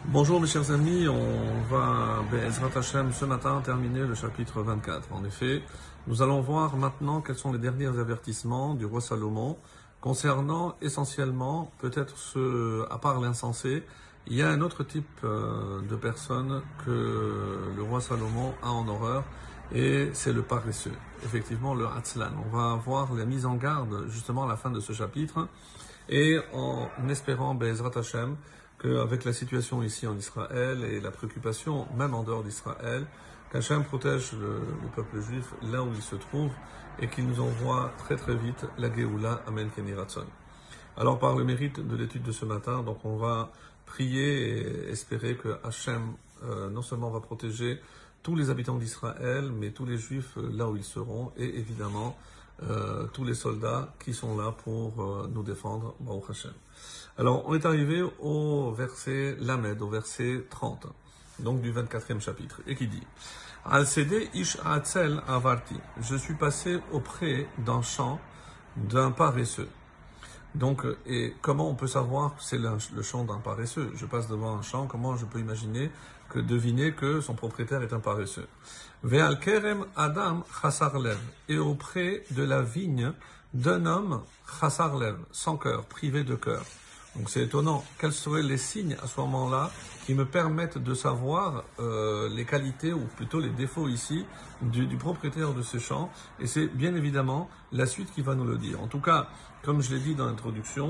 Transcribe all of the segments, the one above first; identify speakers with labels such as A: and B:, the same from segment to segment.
A: Bonjour mes chers amis, on va, Be'ezrat Hashem, ce matin terminer le chapitre 24. En effet, nous allons voir maintenant quels sont les derniers avertissements du roi Salomon concernant essentiellement, peut-être à part l'insensé, il y a un autre type de personne que le roi Salomon a en horreur et c'est le paresseux. Effectivement, le Hatzlan. On va voir la mise en garde justement à la fin de ce chapitre et en espérant, Be'ezrat Hashem, qu'avec la situation ici en Israël et la préoccupation même en dehors d'Israël, qu'Hachem protège le peuple juif là où il se trouve et qu'il nous envoie très très vite la Géoula, Amen Keni Ratzon. Alors par le mérite de l'étude de ce matin, donc on va prier et espérer que Hachem non seulement va protéger tous les habitants d'Israël, mais tous les juifs là où ils seront et évidemment tous les soldats qui sont là pour nous défendre, Baruch Hashem. Alors, on est arrivé au verset Lamed, au verset 30, donc du 24e chapitre, et qui dit Al-Sede ish Hatzel avarti. Je suis passé auprès d'un champ d'un paresseux. Donc, et comment on peut savoir que c'est le champ d'un paresseux? Je passe devant un champ, comment je peux deviner que son propriétaire est un paresseux? Ve'al kerem adam chasar lev. Et auprès de la vigne d'un homme chasar lev, sans cœur, privé de cœur. Donc c'est étonnant. Quels seraient les signes à ce moment-là qui me permettent de savoir les qualités ou plutôt les défauts ici du propriétaire de ce champ? Et c'est bien évidemment la suite qui va nous le dire. En tout cas, comme je l'ai dit dans l'introduction,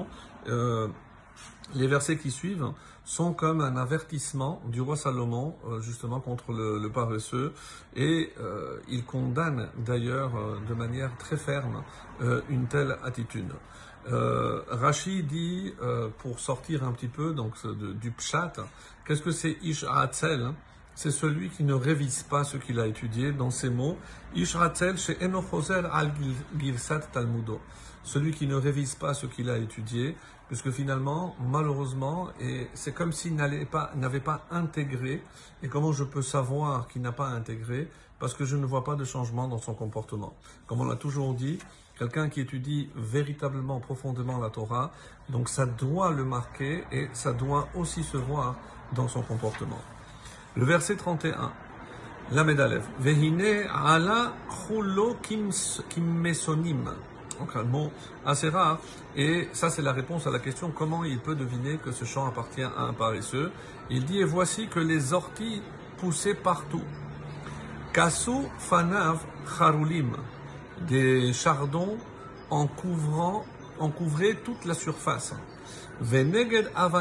A: les versets qui suivent sont comme un avertissement du roi Salomon justement contre le paresseux et il condamne d'ailleurs de manière très ferme une telle attitude. Rashi dit, pour sortir un petit peu donc du pshat, qu'est-ce que c'est Ish Hatzel? C'est celui qui ne révise pas ce qu'il a étudié. Dans ces mots, Ish Hatzel chez Eno Choser al Girsat Talmudo. Celui qui ne révise pas ce qu'il a étudié, puisque finalement, malheureusement, et c'est comme s'il n'avait pas intégré. Et comment je peux savoir qu'il n'a pas intégré? Parce que je ne vois pas de changement dans son comportement. Comme on l'a toujours dit, quelqu'un qui étudie véritablement, profondément la Torah, donc ça doit le marquer et ça doit aussi se voir dans son comportement. Le verset 31, Lamed Aleph, Vehine ala chulo kimmesonim. Donc un mot assez rare, et ça c'est la réponse à la question comment il peut deviner que ce champ appartient à un paresseux. Il dit, et voici que les orties poussaient partout. Kasu fanav charulim. Des chardons en couvraient toute la surface. Vegeder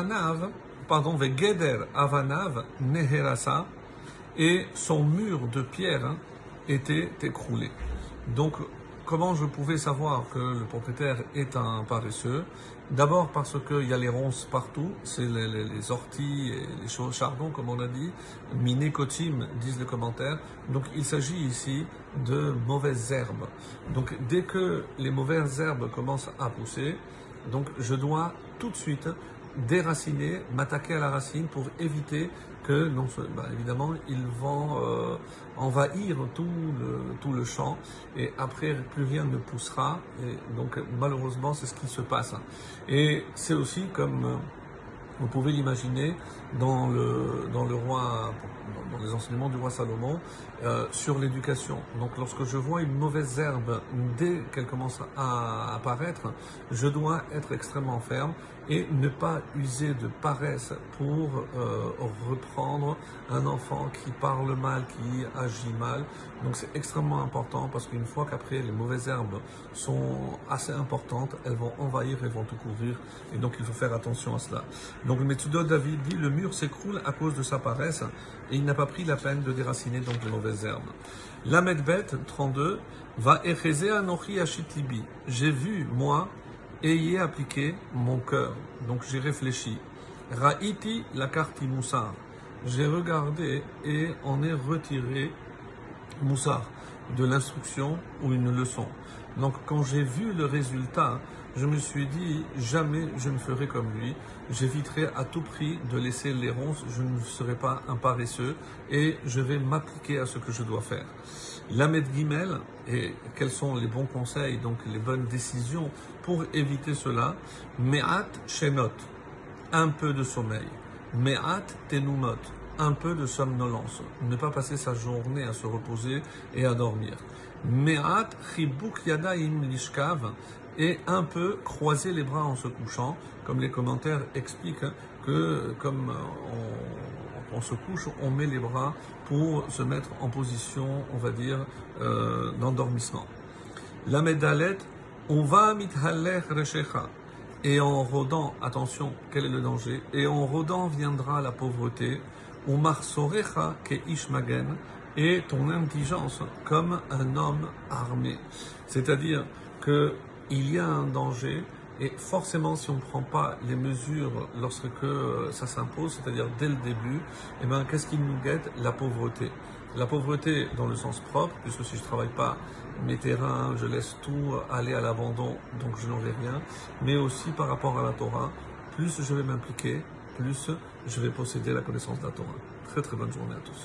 A: avanav neherasa, et son mur de pierre était écroulé. Donc, comment je pouvais savoir que le propriétaire est un paresseux? D'abord parce qu'il y a les ronces partout, c'est les orties et les chardons, comme on a dit, minécotim, disent les commentaires. Donc il s'agit ici de mauvaises herbes. Donc dès que les mauvaises herbes commencent à pousser, donc je dois tout de suite déraciner, m'attaquer à la racine pour éviter que, non, évidemment, ils vont envahir tout le champ et après plus rien ne poussera. Et donc malheureusement c'est ce qui se passe. Et c'est aussi comme vous pouvez l'imaginer dans les enseignements du roi Salomon sur l'éducation. Donc lorsque je vois une mauvaise herbe dès qu'elle commence à apparaître, je dois être extrêmement ferme et ne pas user de paresse pour reprendre un enfant qui parle mal, qui agit mal. Donc c'est extrêmement important parce qu'une fois qu'après les mauvaises herbes sont assez importantes, elles vont envahir, elles vont tout couvrir et donc il faut faire attention à cela. Donc le Metzudo David dit le mur s'écroule à cause de sa paresse et il n'a pas pris la peine de déraciner donc les mauvaises herbes. Lamed Bet 32 va echeze anochi ashitlibi. J'ai vu moi et y ai appliqué mon cœur. Donc j'ai réfléchi. Ra'iti lakarti moussar. J'ai regardé et en ai retiré moussar, de l'instruction ou une leçon. Donc quand j'ai vu le résultat, je me suis dit, jamais je ne ferai comme lui. J'éviterai à tout prix de laisser les ronces, je ne serai pas un paresseux et je vais m'appliquer à ce que je dois faire. Lamed Gimel, et quels sont les bons conseils, donc les bonnes décisions pour éviter cela? Me'at Shenot, un peu de sommeil. Me'at tenumot, un peu de somnolence, ne pas passer sa journée à se reposer et à dormir. Me'at chibuk yadaim lishkav, et un peu croiser les bras en se couchant, comme les commentaires expliquent que comme on se couche, on met les bras pour se mettre en position, on va dire, d'endormissement. La médalette, on va mithaler reshecha. Et en rôdant, attention, quel est le danger? Et en rôdant viendra la pauvreté, ou marsorecha ke ishmagen, et ton indigence comme un homme armé. C'est-à-dire que il y a un danger, et forcément, si on ne prend pas les mesures lorsque ça s'impose, c'est-à-dire dès le début, eh ben, qu'est-ce qui nous guette? La pauvreté. La pauvreté dans le sens propre, puisque si je ne travaille pas mes terrains, je laisse tout aller à l'abandon, donc je n'en ai rien, mais aussi par rapport à la Torah, plus je vais m'impliquer, plus je vais posséder la connaissance de la Torah. Très très bonne journée à tous.